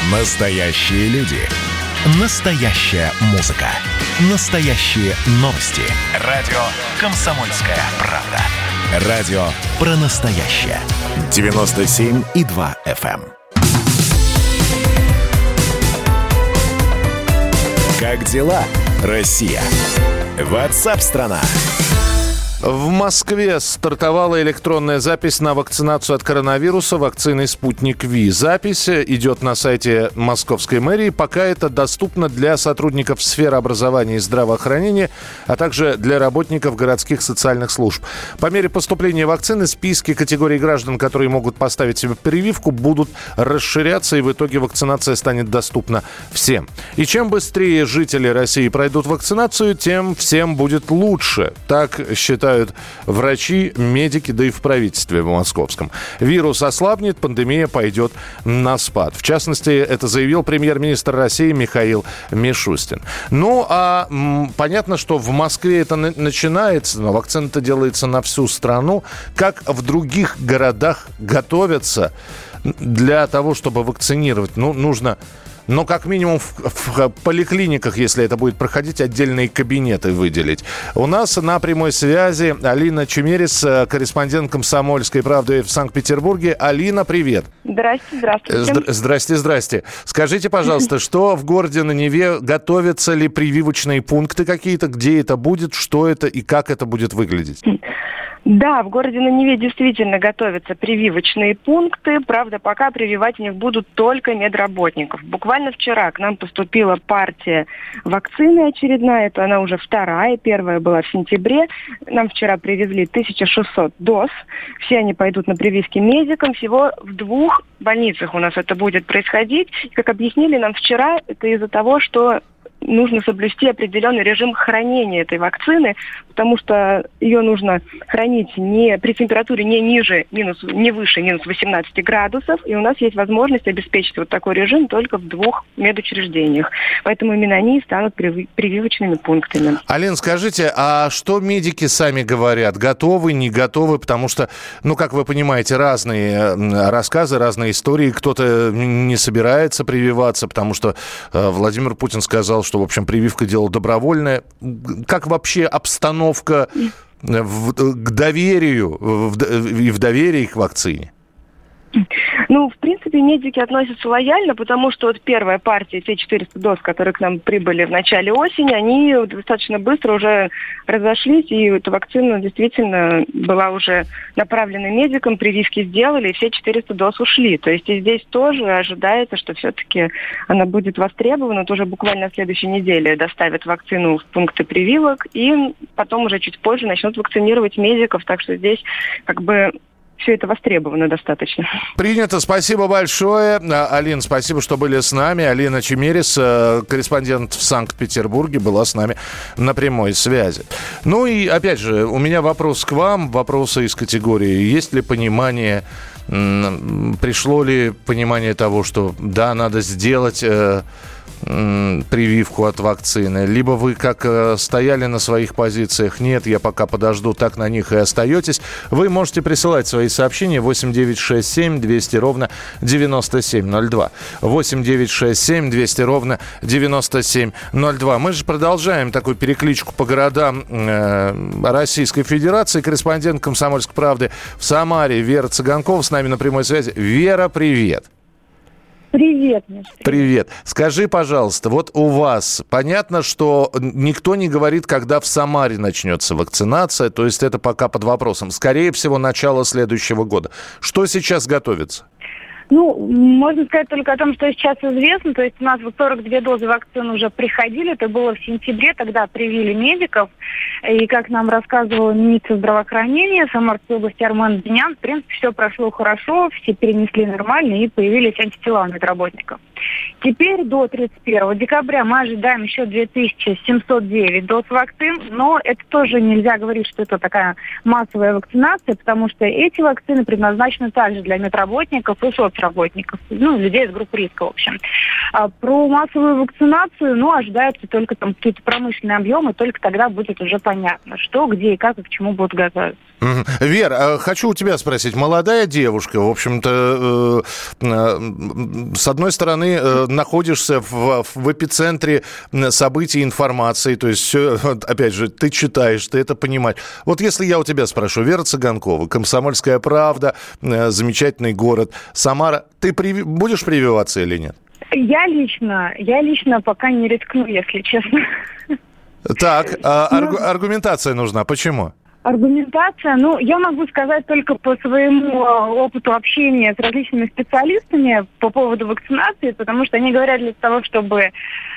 Настоящие люди. Настоящая музыка. Настоящие новости. Радио «Комсомольская правда». Радио про настоящее. 97,2 FM. Как дела, Россия? WhatsApp-страна. В Москве стартовала электронная запись на вакцинацию от коронавируса вакциной «Спутник Ви». Запись идет на сайте Московской мэрии. Пока это доступно для сотрудников сферы образования и здравоохранения, а также для работников городских социальных служб. По мере поступления вакцины списки категорий граждан, которые могут поставить себе прививку, будут расширяться, и в итоге вакцинация станет доступна всем. И чем быстрее жители России пройдут вакцинацию, тем всем будет лучше. Так считают врачи, медики, да и в правительстве московском. Вирус ослабнет, пандемия пойдет на спад. В частности, это заявил премьер-министр России Михаил Мишустин. Ну, понятно, что в Москве это начинается, но вакцина-то делается на всю страну. Как в других городах готовятся для того, чтобы вакцинировать? Ну, нужно... Но как минимум в поликлиниках, если это будет проходить, отдельные кабинеты выделить. У нас на прямой связи Алина Чемерис, корреспондент «Комсомольской правды» в Санкт-Петербурге. Алина, привет. Здравствуйте. Здрасте. Скажите, пожалуйста, что в городе на Неве, готовятся ли прививочные пункты какие-то, где это будет, что это и как это будет выглядеть? Да, в городе на Неве действительно готовятся прививочные пункты. Правда, пока прививать в них будут только медработников. Буквально вчера к нам поступила партия вакцины очередная. Это она уже вторая. Первая была в сентябре. Нам вчера привезли 1600 доз. Все они пойдут на прививки медикам. Всего в 2 больницах у нас это будет происходить. Как объяснили нам вчера, это из-за того, что нужно соблюсти определенный режим хранения этой вакцины, потому что ее нужно хранить при температуре не выше минус 18 градусов, и у нас есть возможность обеспечить вот такой режим только в 2 медучреждениях. Поэтому именно они станут прививочными пунктами. Алин, скажите, а что медики сами говорят? Готовы, не готовы? Потому что, как вы понимаете, разные рассказы, разные истории. Кто-то не собирается прививаться, потому что Владимир Путин сказал, что, в общем, прививка дело добровольное. Как вообще обстановка к доверию и в доверии к вакцине? В принципе, медики относятся лояльно, потому что вот первая партия, те 400 доз, которые к нам прибыли в начале осени, они достаточно быстро уже разошлись, и эта вакцина действительно была уже направлена медикам, прививки сделали, и все 400 доз ушли. То есть и здесь тоже ожидается, что все-таки она будет востребована, тоже буквально на следующей неделе доставят вакцину в пункты прививок, и потом уже чуть позже начнут вакцинировать медиков, так что здесь все это востребовано достаточно. Принято. Спасибо большое. Алин, спасибо, что были с нами. Алина Чемерис, корреспондент в Санкт-Петербурге, была с нами на прямой связи. Ну и, опять же, у меня вопрос к вам, вопросы из категории. Есть ли понимание, пришло ли понимание того, что да, надо сделать прививку от вакцины, либо вы как стояли на своих позициях, нет, я пока подожду, так на них и остаетесь. Вы можете присылать свои сообщения 8 967 200 ровно 9702. 8 967 200 ровно 9702. Мы же продолжаем такую перекличку по городам Российской Федерации. Корреспондент «Комсомольской правды» в Самаре Вера Цыганкова с нами на прямой связи. Вера, привет. Привет, Миша. Привет. Скажи, пожалуйста, вот у вас понятно, что никто не говорит, когда в Самаре начнется вакцинация, то есть это пока под вопросом. Скорее всего, начало следующего года. Что сейчас готовится? Можно сказать только о том, что сейчас известно. То есть у нас 42 дозы вакцины уже приходили. Это было в сентябре, тогда привили медиков. И, как нам рассказывала министр здравоохранения Самарской области Армен Дзинян, в принципе, все прошло хорошо, все перенесли нормально и появились антитела у медработников. Теперь до 31 декабря мы ожидаем еще 2709 доз вакцин, но это тоже нельзя говорить, что это такая массовая вакцинация, потому что эти вакцины предназначены также для медработников и соцработников, людей из группы риска, в общем. А про массовую вакцинацию, ожидаются только там какие-то промышленные объемы, только тогда будет уже понятно, что, где и как и к чему будут готовиться. Вер, хочу у тебя спросить. Молодая девушка, в общем-то, с одной стороны, находишься в эпицентре событий, информации, то есть все, опять же, ты читаешь, ты это понимаешь. Вот если я у тебя спрошу, Вера Цыганкова, «Комсомольская правда», замечательный город, Самара, ты будешь прививаться или нет? Я лично пока не рискну, если честно. Так, аргументация нужна. Почему? Аргументация, я могу сказать только по своему опыту общения с различными специалистами по поводу вакцинации, потому что они говорят, для того, чтобы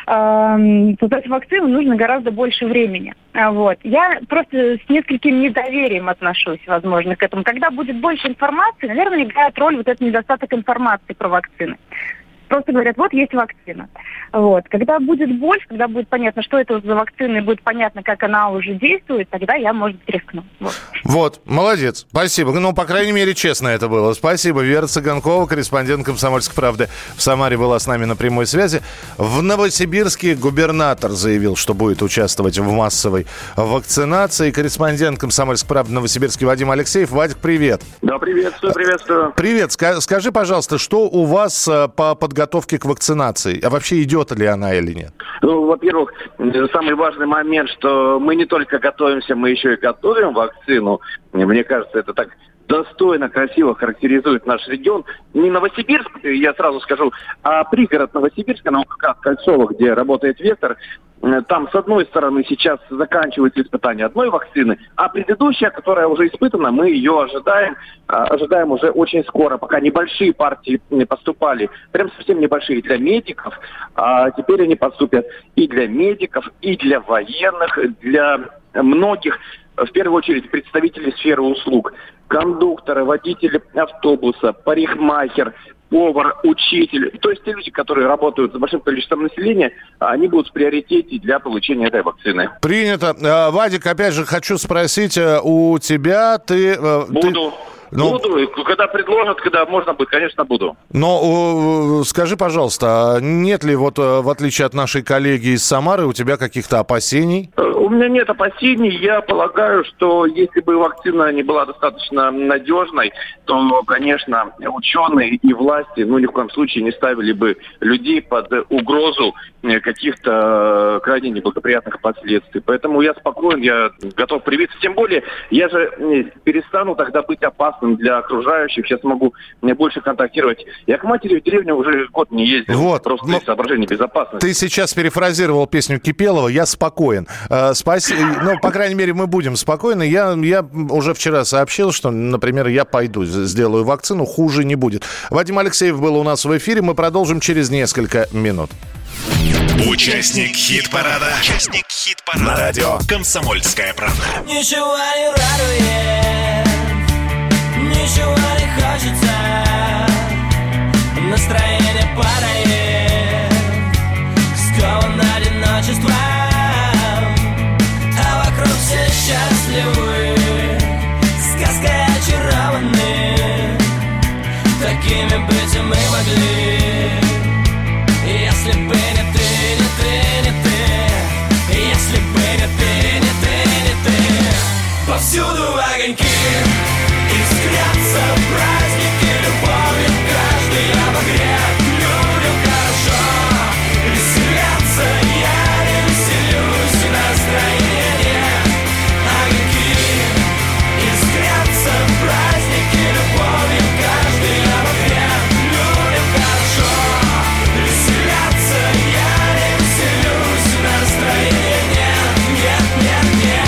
создать вакцину, нужно гораздо больше времени. Вот. Я просто с нескольким недоверием отношусь, возможно, к этому. Когда будет больше информации, наверное, играет роль вот этот недостаток информации про вакцины. Просто говорят, вот есть вакцина. Вот. Когда будет больше, когда будет понятно, что это за вакцина, и будет понятно, как она уже действует, тогда я, может быть, рискну. Вот, молодец, спасибо. По крайней мере, честно это было. Спасибо. Вера Цыганкова, корреспондент «Комсомольской правды» в Самаре, была с нами на прямой связи. В Новосибирске губернатор заявил, что будет участвовать в массовой вакцинации. Корреспондент «Комсомольской правды» в Новосибирске Вадим Алексеев. Вадик, привет. Да, приветствую. Привет. Скажи, пожалуйста, что у вас по подготовке к вакцинации? А вообще идет ли она или нет? Во-первых, самый важный момент, что мы не только готовимся, мы еще и готовим вакцину. Мне кажется, это так достойно, красиво характеризует наш регион. Не Новосибирск, я сразу скажу, а пригород Новосибирска, на Кольцово, где работает «Вектор». Там, с одной стороны, сейчас заканчивается испытание одной вакцины, а предыдущая, которая уже испытана, мы ее ожидаем уже очень скоро, пока небольшие партии поступали, прям совсем небольшие для медиков, а теперь они поступят и для медиков, и для военных, для многих, в первую очередь, представителей сферы услуг, кондукторы, водители автобуса, парикмахер, повар, учитель. То есть те люди, которые работают с большим количеством населения, они будут в приоритете для получения этой вакцины. Принято. Вадик, опять же, хочу спросить у тебя, Буду. Буду. Когда предложат, когда можно будет, конечно, буду. Но скажи, пожалуйста, нет ли в отличие от нашей коллеги из Самары, у тебя каких-то опасений? У меня нет опасений. Я полагаю, что если бы вакцина не была достаточно надежной, то, конечно, ученые и власти, ни в коем случае не ставили бы людей под угрозу каких-то крайне неблагоприятных последствий. Поэтому я спокоен, я готов привиться. Тем более, я же перестану тогда быть опасным для окружающих. Сейчас могу больше контактировать. Я к матери в деревню уже год не ездил. Просто из соображений безопасности. Ты сейчас перефразировал песню Кипелова «Я спокоен». Спасибо. По крайней мере, мы будем спокойны. Я уже вчера сообщил, что, например, я пойду, сделаю вакцину, хуже не будет. Вадим Алексеев был у нас в эфире. Мы продолжим через несколько минут. Участник хит-парада. На радио «Комсомольская правда». Ничего не радует, ничего не хочется, настроение падает, скован одиночеством, а вокруг все счастливы, сказкой очарованы, такими быть мы могли, если бы не ты, не ты, не ты, если бы не ты, не ты, не ты. Повсюду огоньки искрятся, праздники, любовью каждый обогрет, людям хорошо веселятся, я не веселюсь, настроение. Огоньки искрятся, праздники, любовью каждый обогрет, людям хорошо веселятся, я не веселюсь, настроение. Нет, нет, нет.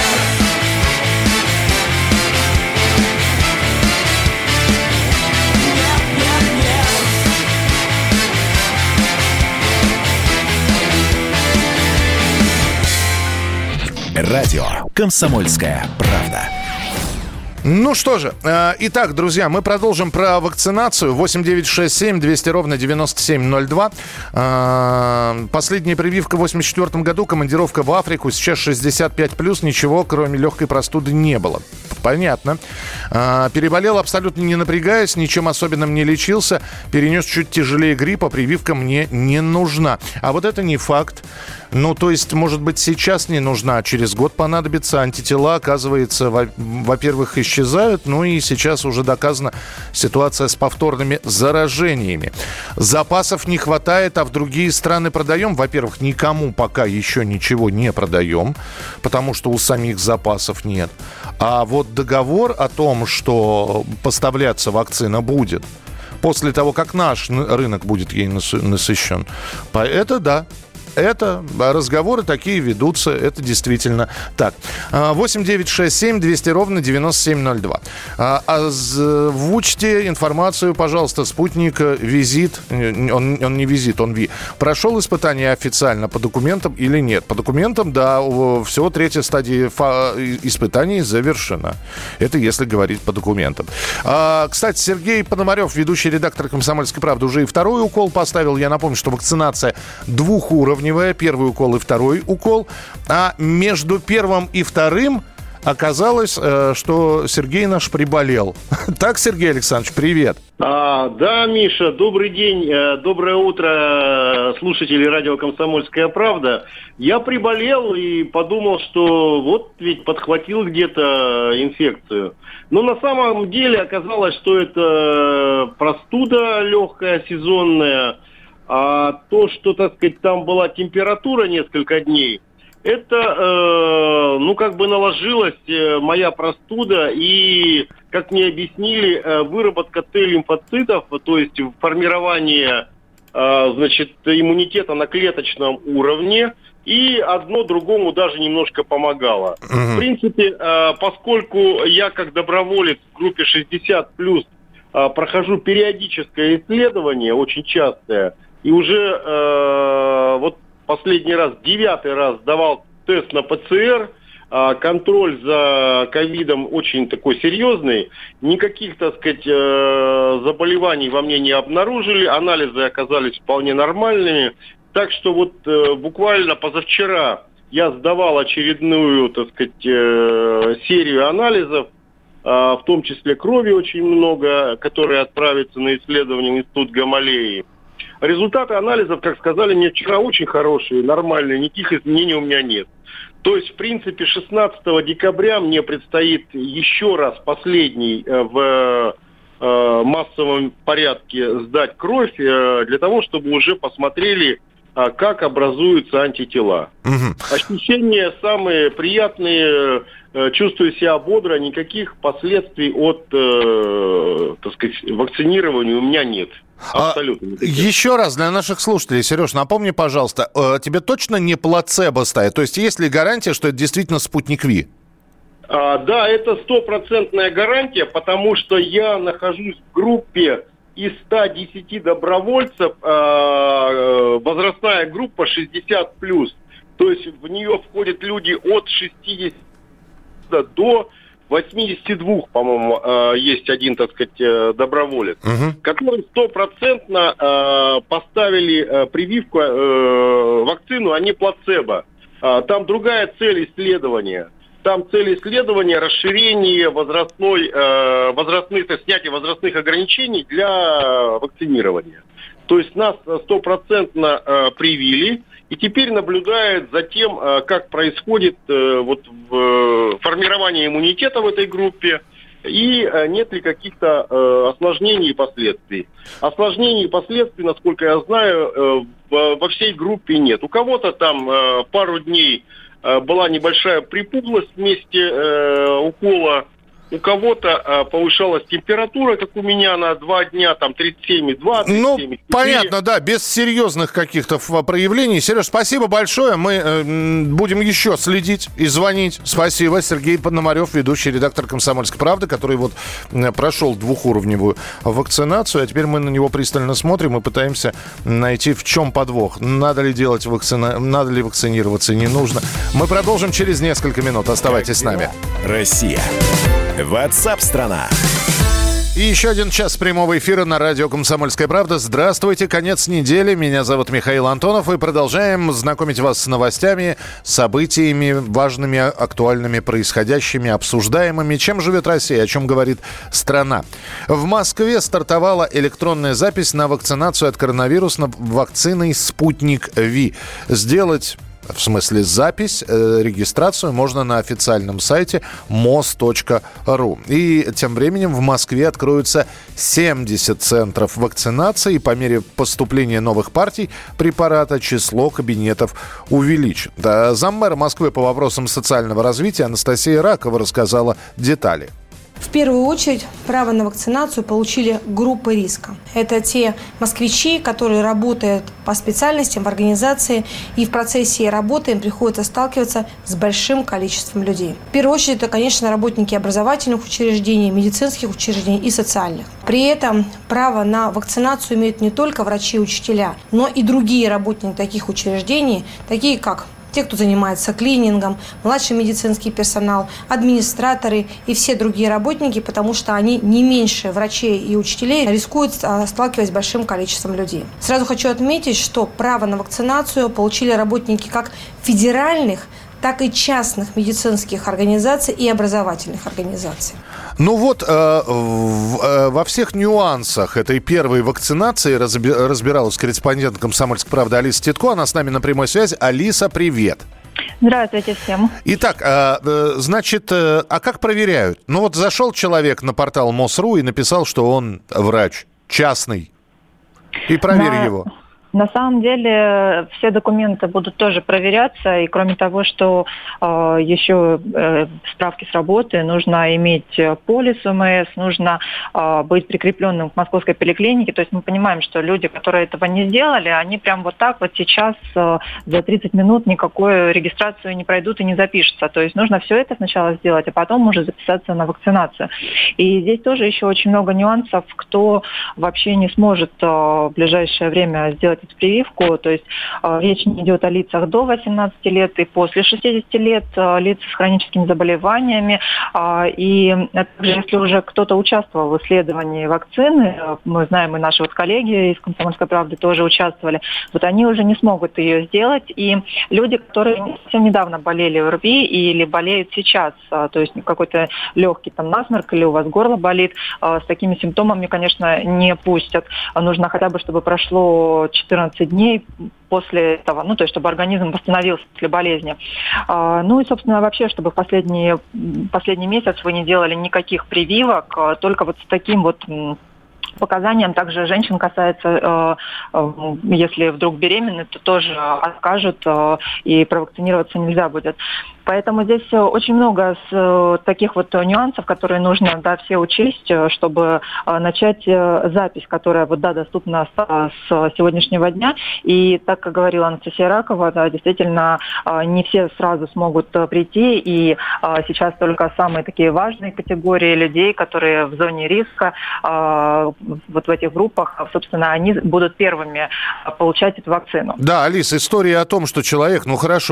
Радио «Комсомольская правда». Ну что же, итак, друзья, мы продолжим про вакцинацию. 8 200 ровно 9702. Последняя прививка в 84 году, командировка в Африку. Сейчас 65+, ничего, кроме легкой простуды, не было. Понятно. Переболел абсолютно не напрягаясь, ничем особенным не лечился. Перенес чуть тяжелее гриппа, прививка мне не нужна. А вот это не факт. Ну, то есть, может быть, сейчас не нужна, а через год понадобится. Антитела, оказывается, во-первых, исчезают. Ну и сейчас уже доказана ситуация с повторными заражениями. Запасов не хватает, а в другие страны продаем. Во-первых, никому пока еще ничего не продаем, потому что у самих запасов нет. А вот договор о том, что поставляться вакцина будет после того, как наш рынок будет ей насыщен, это да. Это разговоры такие ведутся, это действительно так. 8 967 200 ровно 9702. Озвучьте информацию, пожалуйста. Спутник визит, он не визит, он ВИ. Прошел испытание официально по документам или нет? По документам, да, всего третья стадия испытаний завершена. Это если говорить по документам. Кстати, Сергей Пономарев, ведущий редактор «Комсомольской правды», уже и второй укол поставил. Я напомню, что вакцинация двухуровневая. Первый укол и второй укол. А между первым и вторым оказалось, что Сергей наш приболел. Так, Сергей Александрович, привет. Да, Миша, добрый день, доброе утро, слушатели радио «Комсомольская правда». Я приболел и подумал, что вот ведь подхватил где-то инфекцию. Но на самом деле оказалось, что это простуда легкая, сезонная. А то, что, так сказать, там была температура несколько дней, это, наложилась моя простуда и, как мне объяснили, выработка Т-лимфоцитов, то есть формирование, иммунитета на клеточном уровне, и одно другому даже немножко помогало. В принципе, поскольку я как доброволец в группе 60+, прохожу периодическое исследование, очень частое, и уже последний раз, 9-й раз давал тест на ПЦР, контроль за ковидом очень такой серьезный, никаких, так сказать, заболеваний во мне не обнаружили, анализы оказались вполне нормальными, так что буквально позавчера я сдавал очередную, так сказать, серию анализов, в том числе крови очень много, которые отправятся на исследование в Институт Гамалеи. Результаты анализов, как сказали мне вчера, очень хорошие, нормальные, никаких изменений у меня нет. То есть, в принципе, 16 декабря мне предстоит еще раз последний в массовом порядке сдать кровь для того, чтобы уже посмотрели, как образуются антитела. Ощущения самые приятные, чувствую себя бодро, никаких последствий от, так сказать, вакцинирования у меня нет. Абсолютно. Еще раз для наших слушателей, Сереж, напомни, пожалуйста, тебе точно не плацебо ставят? То есть есть ли гарантия, что это действительно спутник ВИ? Да, это 100% гарантия, потому что я нахожусь в группе из 110 добровольцев, возрастная группа 60+. То есть в нее входят люди от 60 до 82, по-моему, есть один, так сказать, доброволец, который 100% поставили прививку, вакцину, а не плацебо. Там другая цель исследования. Там цель исследования – расширение снятие возрастных ограничений для вакцинирования. То есть нас 100% привили, и теперь наблюдают за тем, как происходит формирование иммунитета в этой группе, и нет ли каких-то осложнений и последствий. Осложнений и последствий, насколько я знаю, во всей группе нет. У кого-то там пару дней была небольшая припухлость в месте укола, у кого-то повышалась температура, как у меня, на 2 дня, там 37,2, 37,4. Ну, понятно, да, без серьезных каких-то проявлений. Сереж, спасибо большое. Мы будем еще следить и звонить. Спасибо. Сергей Пономарев, ведущий редактор «Комсомольской правды», который прошел двухуровневую вакцинацию, а теперь мы на него пристально смотрим и пытаемся найти, в чем подвох. Надо ли вакцинироваться, не нужно. Мы продолжим через несколько минут. Оставайтесь с нами. Россия. WhatsApp-страна. И еще один час прямого эфира на радио «Комсомольская правда». Здравствуйте, конец недели. Меня зовут Михаил Антонов. И продолжаем знакомить вас с новостями, событиями, важными, актуальными, происходящими, обсуждаемыми. Чем живет Россия, о чем говорит страна. В Москве стартовала электронная запись на вакцинацию от коронавируса вакциной «Спутник Ви». Запись, регистрацию можно на официальном сайте mos.ru. И тем временем в Москве откроются 70 центров вакцинации. И по мере поступления новых партий препарата число кабинетов увеличит. Заммэра Москвы по вопросам социального развития Анастасия Ракова рассказала детали. В первую очередь право на вакцинацию получили группы риска. Это те москвичи, которые работают по специальностям в организации, и в процессе работы им приходится сталкиваться с большим количеством людей. В первую очередь это, конечно, работники образовательных учреждений, медицинских учреждений и социальных. При этом право на вакцинацию имеют не только врачи и учителя, но и другие работники таких учреждений, такие как те, кто занимается клинингом, младший медицинский персонал, администраторы и все другие работники, потому что они не меньше врачей и учителей рискуют сталкиваясь с большим количеством людей. Сразу хочу отметить, что право на вакцинацию получили работники как федеральных, так и частных медицинских организаций и образовательных организаций. Во всех нюансах этой первой вакцинации разбиралась корреспондент «Комсомольской правды» Алиса Титко. Она с нами на прямой связи. Алиса, привет. Здравствуйте всем. Итак, а как проверяют? Зашел человек на портал МОС.ру и написал, что он врач частный. И проверь его. На самом деле все документы будут тоже проверяться, и кроме того, что еще справки с работы, нужно иметь полис УМС, нужно быть прикрепленным к московской поликлинике. То есть мы понимаем, что люди, которые этого не сделали, они прям вот так вот сейчас за 30 минут никакую регистрацию не пройдут и не запишутся. То есть нужно все это сначала сделать, а потом уже записаться на вакцинацию. И здесь тоже еще очень много нюансов, кто вообще не сможет в ближайшее время сделать прививку, то есть речь не идет о лицах до 18 лет и после 60 лет, лиц с хроническими заболеваниями. И также, если уже кто-то участвовал в исследовании вакцины, мы знаем, и наши коллеги из «Комсомольской правды» тоже участвовали, они уже не смогут ее сделать. И люди, которые совсем недавно болели ОРВИ или болеют сейчас, то есть какой-то легкий насморк или у вас горло болит, с такими симптомами, конечно, не пустят. Нужно хотя бы, чтобы прошло 14 дней после этого, то есть чтобы организм восстановился после болезни. И, собственно, вообще, чтобы в последний месяц вы не делали никаких прививок, только с таким показаниям. Также женщин касается, если вдруг беременны, то тоже откажут и провакцинироваться нельзя будет. Поэтому здесь очень много таких нюансов, которые нужно все учесть, чтобы начать запись, которая доступна с сегодняшнего дня. И так, как говорила Анастасия Ракова, действительно, не все сразу смогут прийти. И сейчас только самые такие важные категории людей, которые в зоне риска, в этих группах, собственно, они будут первыми получать эту вакцину. Да, Алис, история о том, что человек,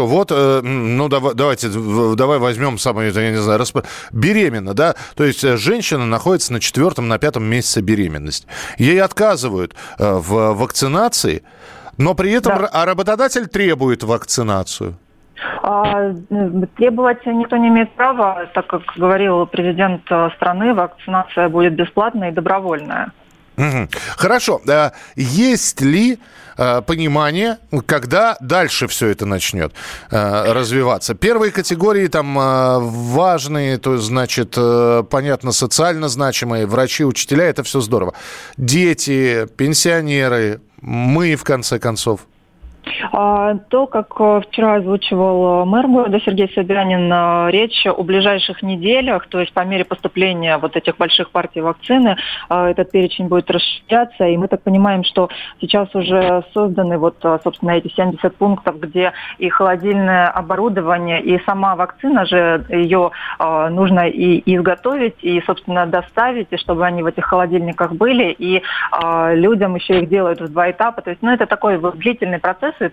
давай возьмем самое, беременна, да, то есть женщина находится на 4-м, на 5-м месяце беременности. Ей отказывают в вакцинации, но при этом работодатель требует вакцинацию. Требовать никто не имеет права, так как говорил президент страны, вакцинация будет бесплатная и добровольная. Хорошо. Есть ли понимание, когда дальше все это начнет развиваться? Первые категории важные, то значит, понятно, социально значимые, врачи, учителя, это все здорово. Дети, пенсионеры, мы, в конце концов. То, как вчера озвучивал мэр города Сергей Собянин, речь о ближайших неделях, то есть по мере поступления этих больших партий вакцины, этот перечень будет расширяться, и мы так понимаем, что сейчас уже созданы собственно, эти 70 пунктов, где и холодильное оборудование, и сама вакцина же, ее нужно и изготовить, и, собственно, доставить, и чтобы они в этих холодильниках были, и людям еще их делают в 2 этапа, то есть, это такой длительный процесс, и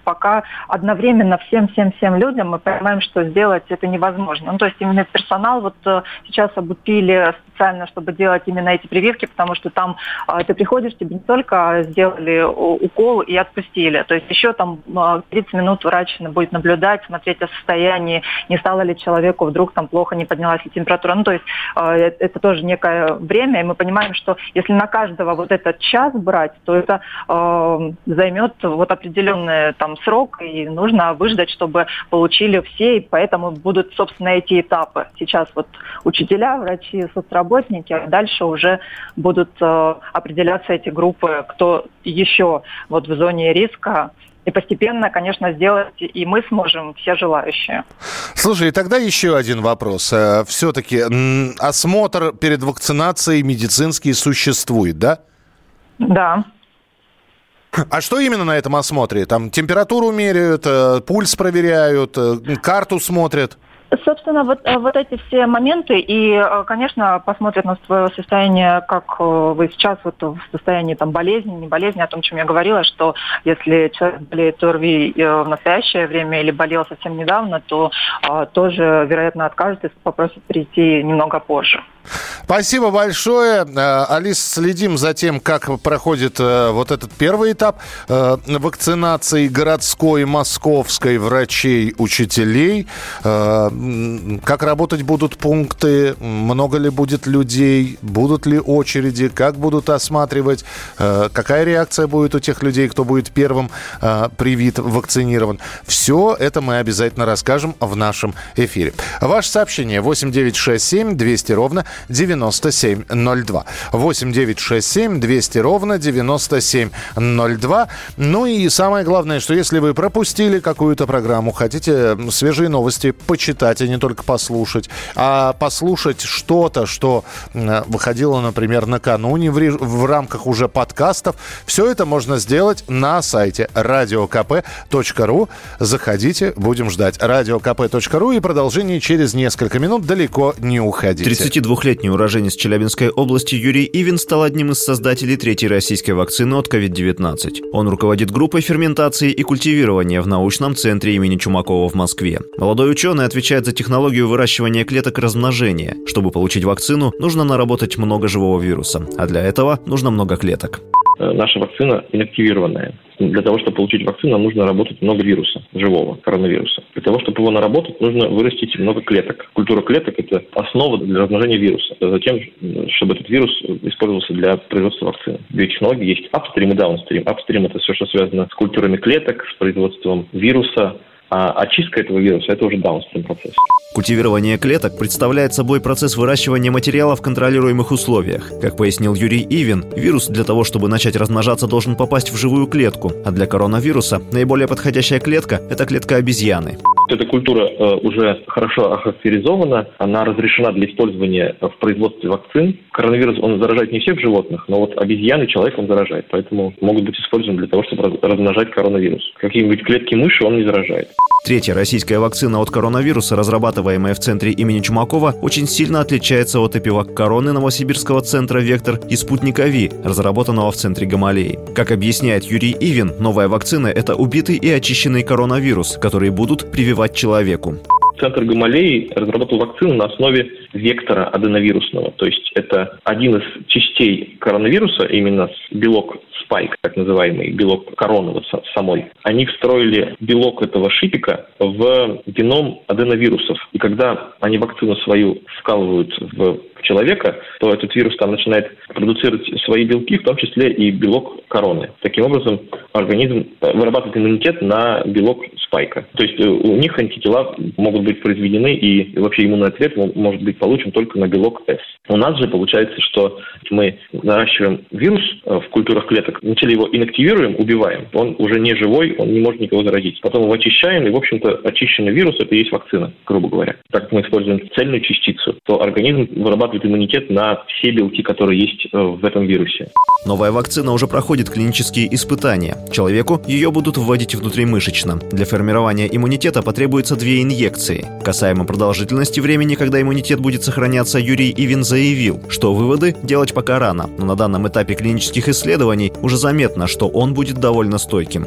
пока одновременно всем людям мы понимаем, что сделать это невозможно. То есть именно персонал вот сейчас обучили специально, чтобы делать именно эти прививки, потому что там ты приходишь, тебе не только сделали укол и отпустили, то есть еще там 30 минут врач будет наблюдать, смотреть о состоянии, не стало ли человеку вдруг там плохо, не поднялась ли температура. То есть это тоже некое время, и мы понимаем, что если на каждого вот этот час брать, то это займет вот определенный там срок, и нужно выждать, чтобы получили все, и поэтому будут, собственно, эти этапы. Сейчас вот учителя, врачи, соцработники, а дальше уже будут определяться эти группы, кто еще вот в зоне риска. И постепенно, конечно, сделать и мы сможем, все желающие. Слушай, тогда еще один вопрос. Все-таки осмотр перед вакцинацией медицинский существует, да? Да. А что именно на этом осмотре? Там температуру меряют, пульс проверяют, карту смотрят? Собственно, вот эти все моменты, и, конечно, посмотрят на свое состояние, как вы сейчас вот в состоянии там болезни, не болезни, о том, чем я говорила, что если человек болеет ОРВИ в настоящее время или болел совсем недавно, то тоже, вероятно, откажет и попросит прийти немного позже. Спасибо большое. Алис, следим за тем, как проходит вот этот первый этап вакцинации городской, московской, врачей, учителей. Как работать будут пункты, много ли будет людей, будут ли очереди, как будут осматривать, какая реакция будет у тех людей, кто будет первым привит, вакцинирован. Все это мы обязательно расскажем в нашем эфире. Ваше сообщение 8967 200 ровно 9702. 8967 200 ровно 9702. Ну и самое главное, что если вы пропустили какую-то программу, хотите свежие новости почитать, а не только послушать, а послушать что-то, что выходило, например, накануне в рамках уже подкастов, все это можно сделать на сайте radiokp.ru. Заходите, будем ждать. radiokp.ru, и продолжение через несколько минут. Далеко не уходите. 32-летний уроженец Челябинской области Юрий Ивин стал одним из создателей третьей российской вакцины от COVID-19. Он руководит группой ферментации и культивирования в научном центре имени Чумакова в Москве. Молодой ученый отвечает за технологию выращивания клеток размножения. Чтобы получить вакцину, нужно наработать много живого вируса, а для этого нужно много клеток. Наша вакцина инактивированная. Для того, чтобы получить вакцину, нам нужно наработать много вируса, живого коронавируса. Для того, чтобы его наработать, нужно вырастить много клеток. Культура клеток – это основа для размножения вируса. Затем, чтобы этот вирус использовался для производства вакцины. В биотехнологии есть апстрим и даунстрим. Апстрим – это все, что связано с культурами клеток, с производством вируса. А очистка этого вируса – это уже даунстрим процесс. Культивирование клеток представляет собой процесс выращивания материала в контролируемых условиях. Как пояснил Юрий Ивин, вирус для того, чтобы начать размножаться, должен попасть в живую клетку. А для коронавируса наиболее подходящая клетка – это клетка обезьяны. Эта культура уже хорошо охарактеризована, она разрешена для использования в производстве вакцин. Коронавирус, он заражает не всех животных, но вот обезьяны человек он заражает, поэтому могут быть использованы для того, чтобы размножать коронавирус. Какие-нибудь клетки мыши он не заражает. Третья российская вакцина от коронавируса, разрабатываемая в центре имени Чумакова, очень сильно отличается от эпивак-короны новосибирского центра «Вектор» и спутника ВИ, разработанного в центре Гамалеи. Как объясняет Юрий Ивин, новая вакцина – это убитый и очищенный коронавирус, который будут прививать человеку. Центр Гамалеи разработал вакцину на основе вектора аденовирусного. То есть это один из частей коронавируса, именно белок спайк, так называемый, белок короны вот самой. Они встроили белок этого шипика в геном аденовирусов. И когда они вакцину свою вкалывают в человека, то этот вирус там начинает продуцировать свои белки, в том числе и белок короны. Таким образом, организм вырабатывает иммунитет на белок спайка. То есть у них антитела могут быть произведены, и вообще иммунный ответ может быть получен только на белок S. У нас же получается, что мы наращиваем вирус в культурах клеток, вначале его инактивируем, убиваем, он уже не живой, он не может никого заразить. Потом его очищаем, и, в общем-то, очищенный вирус – это и есть вакцина, грубо говоря. Так как мы используем цельную частицу, то организм вырабатывает иммунитет на все белки, которые есть в этом вирусе. Новая вакцина уже проходит клинические испытания. Человеку ее будут вводить внутримышечно. Для формирования иммунитета потребуется 2 инъекции. Касаемо продолжительности времени, когда иммунитет будет сохраняться, Юрий Ивин заявил, что выводы делать пока рано, но на данном этапе клинических исследований уже заметно, что он будет довольно стойким.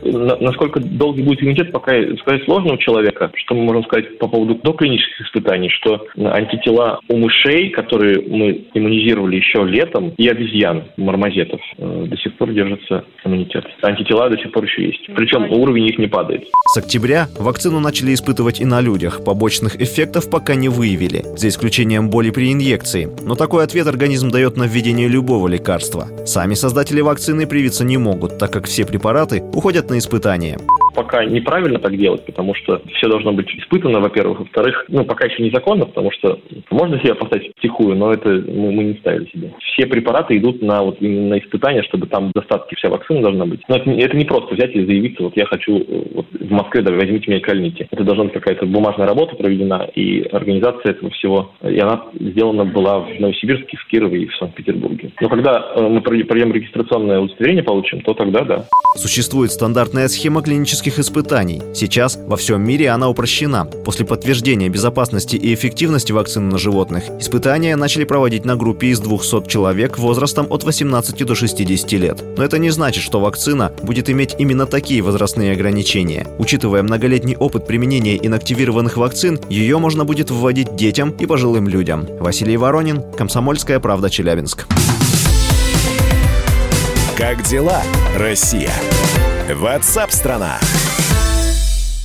Насколько долгий будет иммунитет, пока сказать сложно у человека. Что мы можем сказать по поводу доклинических испытаний, что антитела у мышей, которые мы иммунизировали еще летом, и обезьян, мармозетов, до сих пор держится иммунитет. Антитела до сих пор еще есть. Причем уровень их не падает. С октября вакцину начали испытывать и на людях. Побочных эффектов пока не выявили, за исключением боли при инъекции. Но такой ответ организм дает на введение любого лекарства. Сами создатели вакцины привиться не могут, так как все препараты уходят на испытания. Пока неправильно так делать, потому что все должно быть испытано, во-первых. Во-вторых, пока еще незаконно, потому что можно себя поставить втихую, но это мы не ставили себе. Все препараты идут именно на испытания, чтобы там в достатке вся вакцина должна быть. Но это не просто взять и заявиться, я хочу в Москве, возьмите меня и кольните. Это должна быть какая-то бумажная работа проведена, и организация этого всего, и она сделана была в Новосибирске, в Кирове и в Санкт-Петербурге. Но когда мы пройдем регистрационное удостоверение, получим, то тогда да. Существует стандартная схема клинических испытаний. Сейчас во всем мире она упрощена. После подтверждения безопасности и эффективности вакцины на животных, испытания начали проводить на группе из 200 человек возрастом от 18 до 60 лет. Но это не значит, что вакцина будет иметь именно такие возрастные ограничения. Учитывая многолетний опыт применения инактивированных вакцин, ее можно будет вводить детям и пожилым людям. Василий Воронин, Комсомольская правда, Челябинск. Как дела, Россия? WhatsApp-страна.